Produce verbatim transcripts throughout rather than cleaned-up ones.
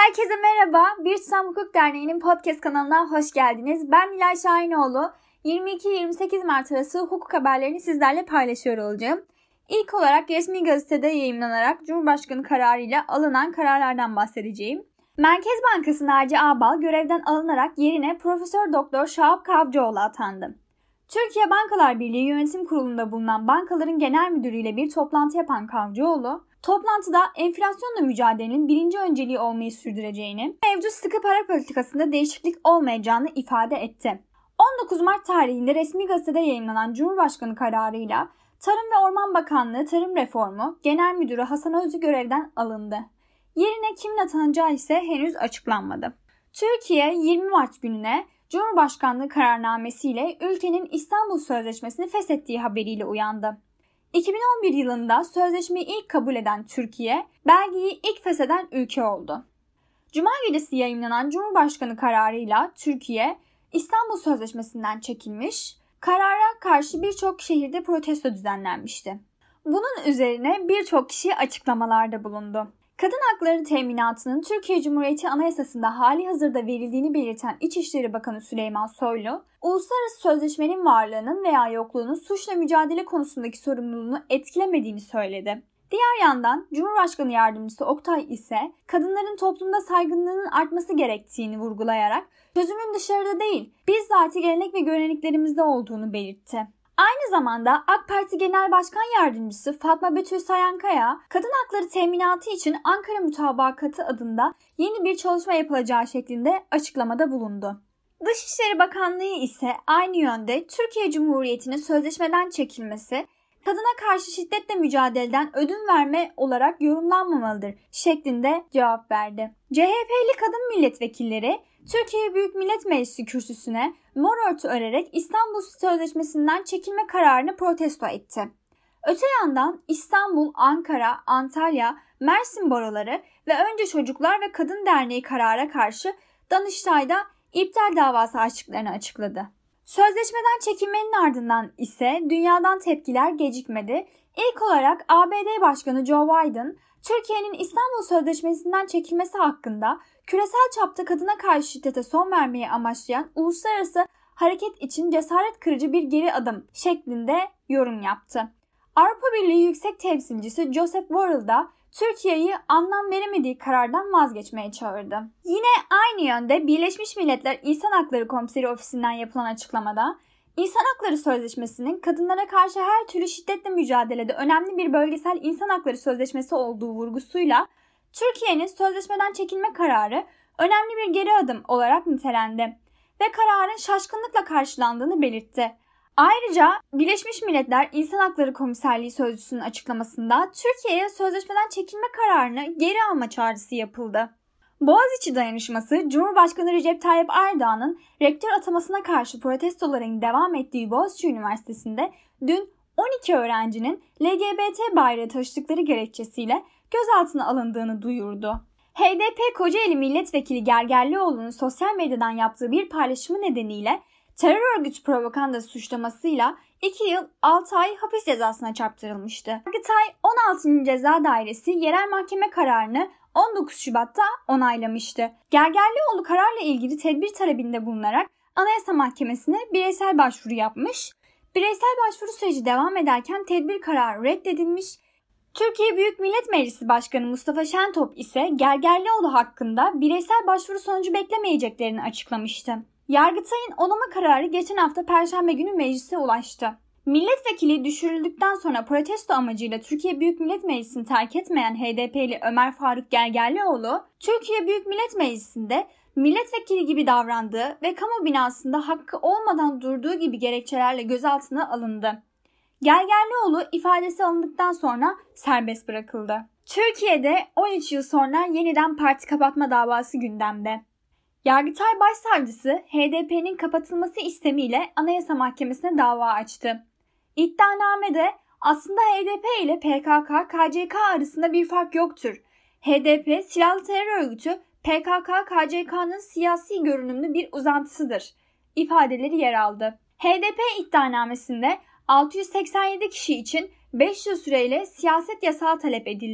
Herkese merhaba. Bir Tutam Hukuk Derneği'nin podcast kanalına hoş geldiniz. Ben Nilay Şahinoğlu. yirmi iki yirmi sekiz Mart arası hukuk haberlerini sizlerle paylaşıyor olacağım. İlk olarak resmi gazetede yayımlanarak Cumhurbaşkanı kararıyla alınan kararlardan bahsedeceğim. Merkez Bankası Naci Ağbal görevden alınarak yerine Profesör Doktor Şahap Kavcıoğlu atandı. Türkiye Bankalar Birliği Yönetim Kurulu'nda bulunan bankaların genel müdürüyle bir toplantı yapan Kavcıoğlu, toplantıda enflasyonla mücadelenin birinci önceliği olmayı sürdüreceğini, mevcut sıkı para politikasında değişiklik olmayacağını ifade etti. on dokuz Mart tarihinde resmi gazetede yayımlanan Cumhurbaşkanı kararıyla Tarım ve Orman Bakanlığı Tarım Reformu Genel Müdürü Hasan Özlü görevden alındı. Yerine kimin atanacağı ise henüz açıklanmadı. Türkiye yirmi Mart gününe Cumhurbaşkanlığı kararnamesiyle ülkenin İstanbul Sözleşmesi'ni feshettiği haberiyle uyandı. iki bin on bir yılında sözleşmeyi ilk kabul eden Türkiye, belgeyi ilk fesheden ülke oldu. Cuma gecesi yayımlanan Cumhurbaşkanı kararıyla Türkiye, İstanbul Sözleşmesi'nden çekilmiş, karara karşı birçok şehirde protesto düzenlenmişti. Bunun üzerine birçok kişi açıklamalarda bulundu. Kadın hakları teminatının Türkiye Cumhuriyeti Anayasası'nda hali hazırda verildiğini belirten İçişleri Bakanı Süleyman Soylu, uluslararası sözleşmenin varlığının veya yokluğunun suçla mücadele konusundaki sorumluluğunu etkilemediğini söyledi. Diğer yandan Cumhurbaşkanı Yardımcısı Oktay ise kadınların toplumda saygınlığının artması gerektiğini vurgulayarak çözümün dışarıda değil, bizzat gelenek ve göreneklerimizde olduğunu belirtti. Aynı zamanda AK Parti Genel Başkan Yardımcısı Fatma Betül Sayankaya, kadın hakları teminatı için Ankara Mutabakatı adında yeni bir çalışma yapılacağı şeklinde açıklamada bulundu. Dışişleri Bakanlığı ise aynı yönde Türkiye Cumhuriyeti'nin sözleşmeden çekilmesi, kadına karşı şiddetle mücadeleden ödün verme olarak yorumlanmamalıdır şeklinde cevap verdi. C H P'li kadın milletvekilleri Türkiye Büyük Millet Meclisi kürsüsüne mor örtü örerek İstanbul Sözleşmesi'nden çekilme kararını protesto etti. Öte yandan İstanbul, Ankara, Antalya, Mersin baroları ve Önce Çocuklar ve Kadın Derneği karara karşı Danıştay'da iptal davası açtıklarını açıkladı. Sözleşmeden çekilmenin ardından ise dünyadan tepkiler gecikmedi. İlk olarak A B D Başkanı Joe Biden, Türkiye'nin İstanbul Sözleşmesi'nden çekilmesi hakkında küresel çapta kadına karşı şiddete son vermeyi amaçlayan uluslararası hareket için cesaret kırıcı bir geri adım şeklinde yorum yaptı. Avrupa Birliği Yüksek Temsilcisi Josep Borrell da Türkiye'yi anlam veremediği karardan vazgeçmeye çağırdı. Yine aynı yönde Birleşmiş Milletler İnsan Hakları Komiseri Ofisi'nden yapılan açıklamada, İnsan Hakları Sözleşmesi'nin kadınlara karşı her türlü şiddetle mücadelede önemli bir bölgesel insan hakları sözleşmesi olduğu vurgusuyla Türkiye'nin sözleşmeden çekilme kararı önemli bir geri adım olarak nitelendi ve kararın şaşkınlıkla karşılandığını belirtti. Ayrıca Birleşmiş Milletler İnsan Hakları Komiserliği Sözcüsü'nün açıklamasında Türkiye'ye sözleşmeden çekilme kararını geri alma çağrısı yapıldı. Boğaziçi Dayanışması, Cumhurbaşkanı Recep Tayyip Erdoğan'ın rektör atamasına karşı protestoların devam ettiği Boğaziçi Üniversitesi'nde dün on iki öğrencinin L G B T bayrağı taşıdıkları gerekçesiyle gözaltına alındığını duyurdu. H D P Kocaeli Milletvekili Gergerlioğlu'nun sosyal medyadan yaptığı bir paylaşımı nedeniyle terör örgütü propagandası suçlamasıyla iki yıl altı ay hapis cezasına çarptırılmıştı. Yargıtay on altıncı Ceza Dairesi yerel mahkeme kararını on dokuz Şubat'ta onaylamıştı. Gergerlioğlu kararla ilgili tedbir talebinde bulunarak Anayasa Mahkemesi'ne bireysel başvuru yapmış. Bireysel başvuru süreci devam ederken tedbir kararı reddedilmiş. Türkiye Büyük Millet Meclisi Başkanı Mustafa Şentop ise Gergerlioğlu hakkında bireysel başvuru sonucu beklemeyeceklerini açıklamıştı. Yargıtay'ın onama kararı geçen hafta Perşembe günü meclise ulaştı. Milletvekili düşürüldükten sonra protesto amacıyla Türkiye Büyük Millet Meclisi'ni terk etmeyen H D P'li Ömer Faruk Gergerlioğlu, Türkiye Büyük Millet Meclisi'nde milletvekili gibi davrandığı ve kamu binasında hakkı olmadan durduğu gibi gerekçelerle gözaltına alındı. Gergerlioğlu ifadesi alındıktan sonra serbest bırakıldı. Türkiye'de on üç yıl sonra yeniden parti kapatma davası gündemde. Yargıtay Başsavcısı H D P'nin kapatılması istemiyle Anayasa Mahkemesi'ne dava açtı. İddianamede aslında H D P ile P K K K C K arasında bir fark yoktur. H D P silahlı terör örgütü P K K K C K'nın siyasi görünümlü bir uzantısıdır ifadeleri yer aldı. H D P iddianamesinde altı yüz seksen yedi kişi için beş yıl süreyle siyaset yasağı talep edildi.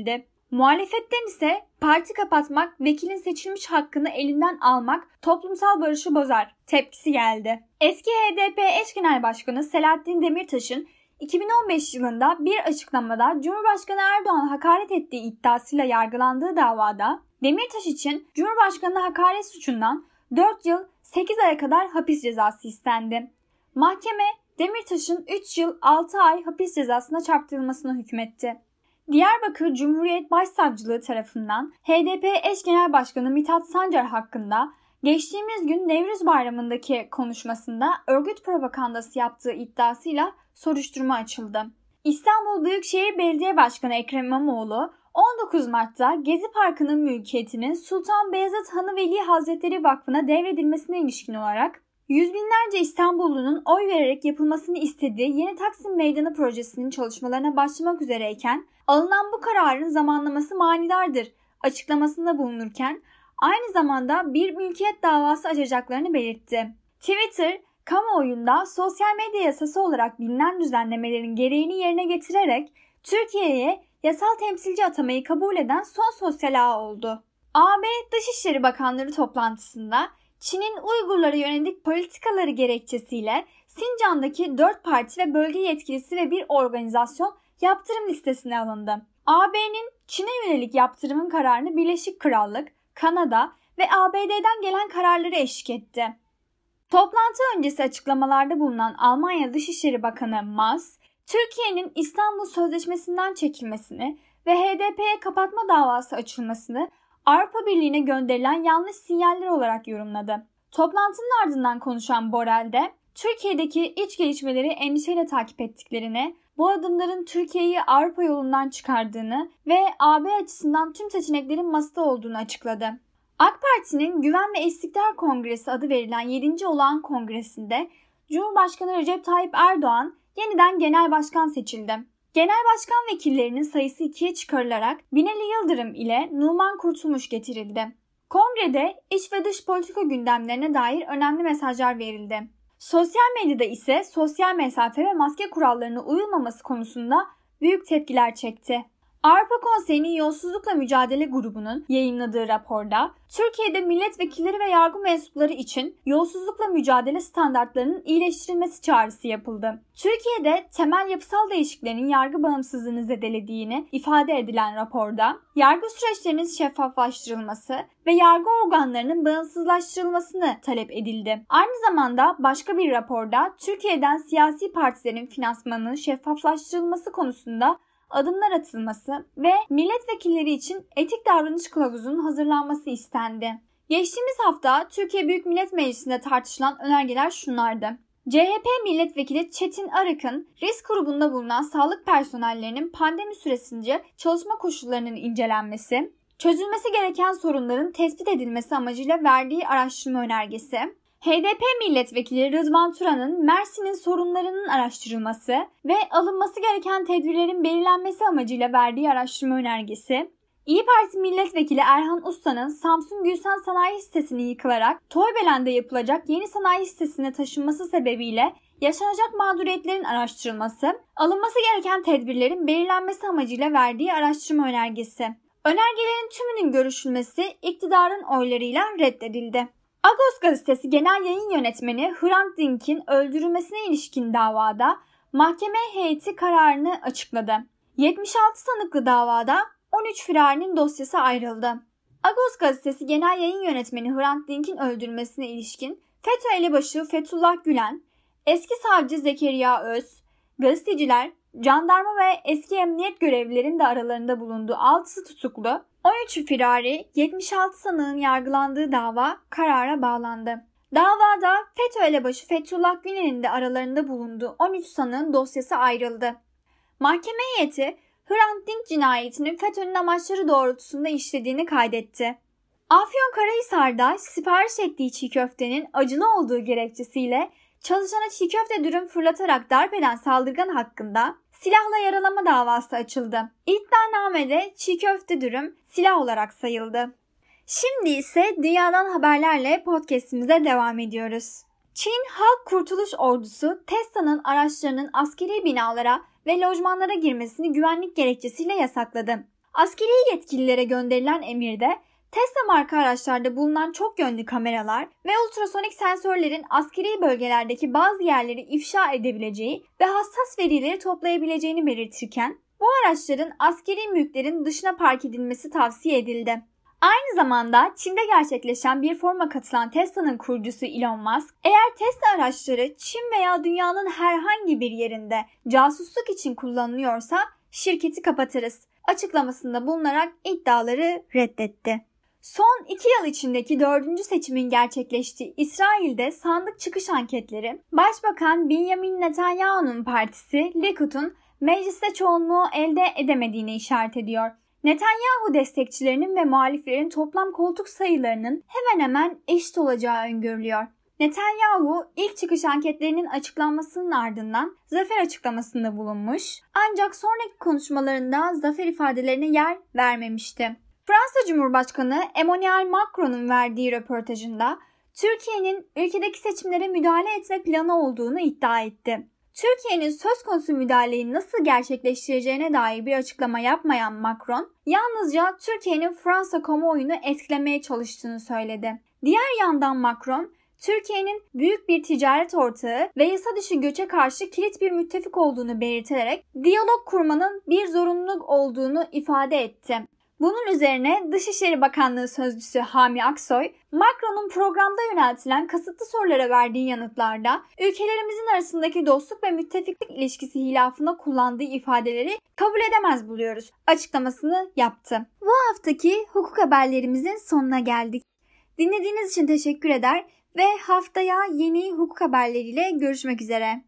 Muhalefetten ise parti kapatmak, vekilin seçilmiş hakkını elinden almak toplumsal barışı bozar tepkisi geldi. Eski H D P eş genel başkanı Selahattin Demirtaş'ın iki bin on beş yılında bir açıklamada Cumhurbaşkanı Erdoğan'a hakaret ettiği iddiasıyla yargılandığı davada Demirtaş için Cumhurbaşkanı'na hakaret suçundan dört yıl sekiz aya kadar hapis cezası istendi. Mahkeme Demirtaş'ın üç yıl altı ay hapis cezasına çarptırılmasına hükmetti. Diyarbakır Cumhuriyet Başsavcılığı tarafından H D P eş genel başkanı Mithat Sancar hakkında geçtiğimiz gün Nevruz Bayramı'ndaki konuşmasında örgüt propagandası yaptığı iddiasıyla soruşturma açıldı. İstanbul Büyükşehir Belediye Başkanı Ekrem İmamoğlu on dokuz Mart'ta Gezi Parkı'nın mülkiyetinin Sultan Beyazıt Hanı Veli Hazretleri Vakfı'na devredilmesine ilişkin olarak yüz binlerce İstanbullunun oy vererek yapılmasını istediği Yeni Taksim Meydanı projesinin çalışmalarına başlamak üzereyken alınan bu kararın zamanlaması manidardır açıklamasında bulunurken aynı zamanda bir mülkiyet davası açacaklarını belirtti. Twitter, kamuoyunda sosyal medya yasası olarak bilinen düzenlemelerin gereğini yerine getirerek Türkiye'ye yasal temsilci atamayı kabul eden son sosyal ağ oldu. A B Dışişleri Bakanları toplantısında Çin'in Uygurlara yönelik politikaları gerekçesiyle Sincan'daki dört parti ve bölge yetkilisi ve bir organizasyon yaptırım listesine alındı. A B'nin Çin'e yönelik yaptırımın kararını Birleşik Krallık, Kanada ve A B D'den gelen kararları eşlik etti. Toplantı öncesi açıklamalarda bulunan Almanya Dışişleri Bakanı Maas, Türkiye'nin İstanbul Sözleşmesi'nden çekilmesini ve H D P'ye kapatma davası açılmasını Avrupa Birliği'ne gönderilen yanlış sinyaller olarak yorumladı. Toplantının ardından konuşan Borrell de Türkiye'deki iç gelişmeleri endişeyle takip ettiklerini, bu adımların Türkiye'yi Avrupa yolundan çıkardığını ve A B açısından tüm seçeneklerin masada olduğunu açıkladı. AK Parti'nin Güven ve İstikrar Kongresi adı verilen yedinci olağan kongresinde Cumhurbaşkanı Recep Tayyip Erdoğan yeniden genel başkan seçildi. Genel başkan vekillerinin sayısı ikiye çıkarılarak Binali Yıldırım ile Numan Kurtulmuş getirildi. Kongrede iç ve dış politika gündemlerine dair önemli mesajlar verildi. Sosyal medyada ise sosyal mesafe ve maske kurallarına uyulmaması konusunda büyük tepkiler çekti. Avrupa Konseyi'nin Yolsuzlukla Mücadele Grubu'nun yayınladığı raporda Türkiye'de milletvekilleri ve yargı mensupları için yolsuzlukla mücadele standartlarının iyileştirilmesi çağrısı yapıldı. Türkiye'de temel yapısal değişikliklerin yargı bağımsızlığını zedelediğini ifade edilen raporda yargı süreçlerinin şeffaflaştırılması ve yargı organlarının bağımsızlaştırılmasını talep edildi. Aynı zamanda başka bir raporda Türkiye'den siyasi partilerin finansmanının şeffaflaştırılması konusunda adımlar atılması ve milletvekilleri için etik davranış kılavuzunun hazırlanması istendi. Geçtiğimiz hafta Türkiye Büyük Millet Meclisi'nde tartışılan önergeler şunlardı. C H P milletvekili Çetin Arık'ın risk grubunda bulunan sağlık personellerinin pandemi süresince çalışma koşullarının incelenmesi, çözülmesi gereken sorunların tespit edilmesi amacıyla verdiği araştırma önergesi, H D P milletvekili Rıdvan Turan'ın Mersin'in sorunlarının araştırılması ve alınması gereken tedbirlerin belirlenmesi amacıyla verdiği araştırma önergesi, İYİ Parti milletvekili Erhan Usta'nın Samsun Gülsen Sanayi Sitesi'nin yıkılarak Toybelen'de yapılacak yeni sanayi sitesine taşınması sebebiyle yaşanacak mağduriyetlerin araştırılması, alınması gereken tedbirlerin belirlenmesi amacıyla verdiği araştırma önergesi. Önergelerin tümünün görüşülmesi iktidarın oylarıyla reddedildi. Agos gazetesi genel yayın yönetmeni Hrant Dink'in öldürülmesine ilişkin davada mahkeme heyeti kararını açıkladı. yetmiş altı sanıklı davada on üç firarinin dosyası ayrıldı. Agos gazetesi genel yayın yönetmeni Hrant Dink'in öldürülmesine ilişkin FETÖ elebaşı Fethullah Gülen, eski savcı Zekeriya Öz, gazeteciler, jandarma ve eski emniyet görevlilerinin de aralarında bulunduğu altısı tutuklu, on üçü firari, yetmiş altı sanığın yargılandığı dava karara bağlandı. Davada FETÖ elebaşı Fethullah Gülen'in de aralarında bulunduğu on üç sanığın dosyası ayrıldı. Mahkeme heyeti Hrant Dink cinayetinin FETÖ'nün amaçları doğrultusunda işlediğini kaydetti. Afyonkarahisar'da sipariş ettiği çiğ köftenin acılı olduğu gerekçesiyle çalışana çiğ köfte dürüm fırlatarak darp eden saldırgan hakkında silahla yaralama davası açıldı. İddianamede çiğ köfte dürüm silah olarak sayıldı. Şimdi ise dünyadan haberlerle podcastimize devam ediyoruz. Çin Halk Kurtuluş Ordusu Tesla'nın araçlarının askeri binalara ve lojmanlara girmesini güvenlik gerekçesiyle yasakladı. Askeri yetkililere gönderilen emirde Tesla marka araçlarda bulunan çok yönlü kameralar ve ultrasonik sensörlerin askeri bölgelerdeki bazı yerleri ifşa edebileceği ve hassas verileri toplayabileceğini belirtirken, bu araçların askeri mülklerin dışına park edilmesi tavsiye edildi. Aynı zamanda Çin'de gerçekleşen bir foruma katılan Tesla'nın kurucusu Elon Musk, eğer Tesla araçları Çin veya dünyanın herhangi bir yerinde casusluk için kullanılıyorsa şirketi kapatırız açıklamasında bulunarak iddiaları reddetti. Son iki yıl içindeki dördüncü seçimin gerçekleştiği İsrail'de sandık çıkış anketleri, Başbakan Benjamin Netanyahu'nun partisi Likud'un mecliste çoğunluğu elde edemediğine işaret ediyor. Netanyahu destekçilerinin ve muhaliflerin toplam koltuk sayılarının hemen hemen eşit olacağı öngörülüyor. Netanyahu ilk çıkış anketlerinin açıklanmasının ardından zafer açıklamasında bulunmuş, ancak sonraki konuşmalarında zafer ifadelerine yer vermemişti. Fransa Cumhurbaşkanı Emmanuel Macron'un verdiği röportajında Türkiye'nin ülkedeki seçimlere müdahale etme planı olduğunu iddia etti. Türkiye'nin söz konusu müdahaleyi nasıl gerçekleştireceğine dair bir açıklama yapmayan Macron, yalnızca Türkiye'nin Fransa kamuoyunu etkilemeye çalıştığını söyledi. Diğer yandan Macron, Türkiye'nin büyük bir ticaret ortağı ve yasa dışı göçe karşı kilit bir müttefik olduğunu belirterek diyalog kurmanın bir zorunluluk olduğunu ifade etti. Bunun üzerine Dışişleri Bakanlığı Sözcüsü Hami Aksoy, Macron'un programda yöneltilen kasıtlı sorulara verdiği yanıtlarda ülkelerimizin arasındaki dostluk ve müttefiklik ilişkisi hilafına kullandığı ifadeleri kabul edemez buluyoruz açıklamasını yaptı. Bu haftaki hukuk haberlerimizin sonuna geldik. Dinlediğiniz için teşekkür eder ve haftaya yeni hukuk haberleriyle görüşmek üzere.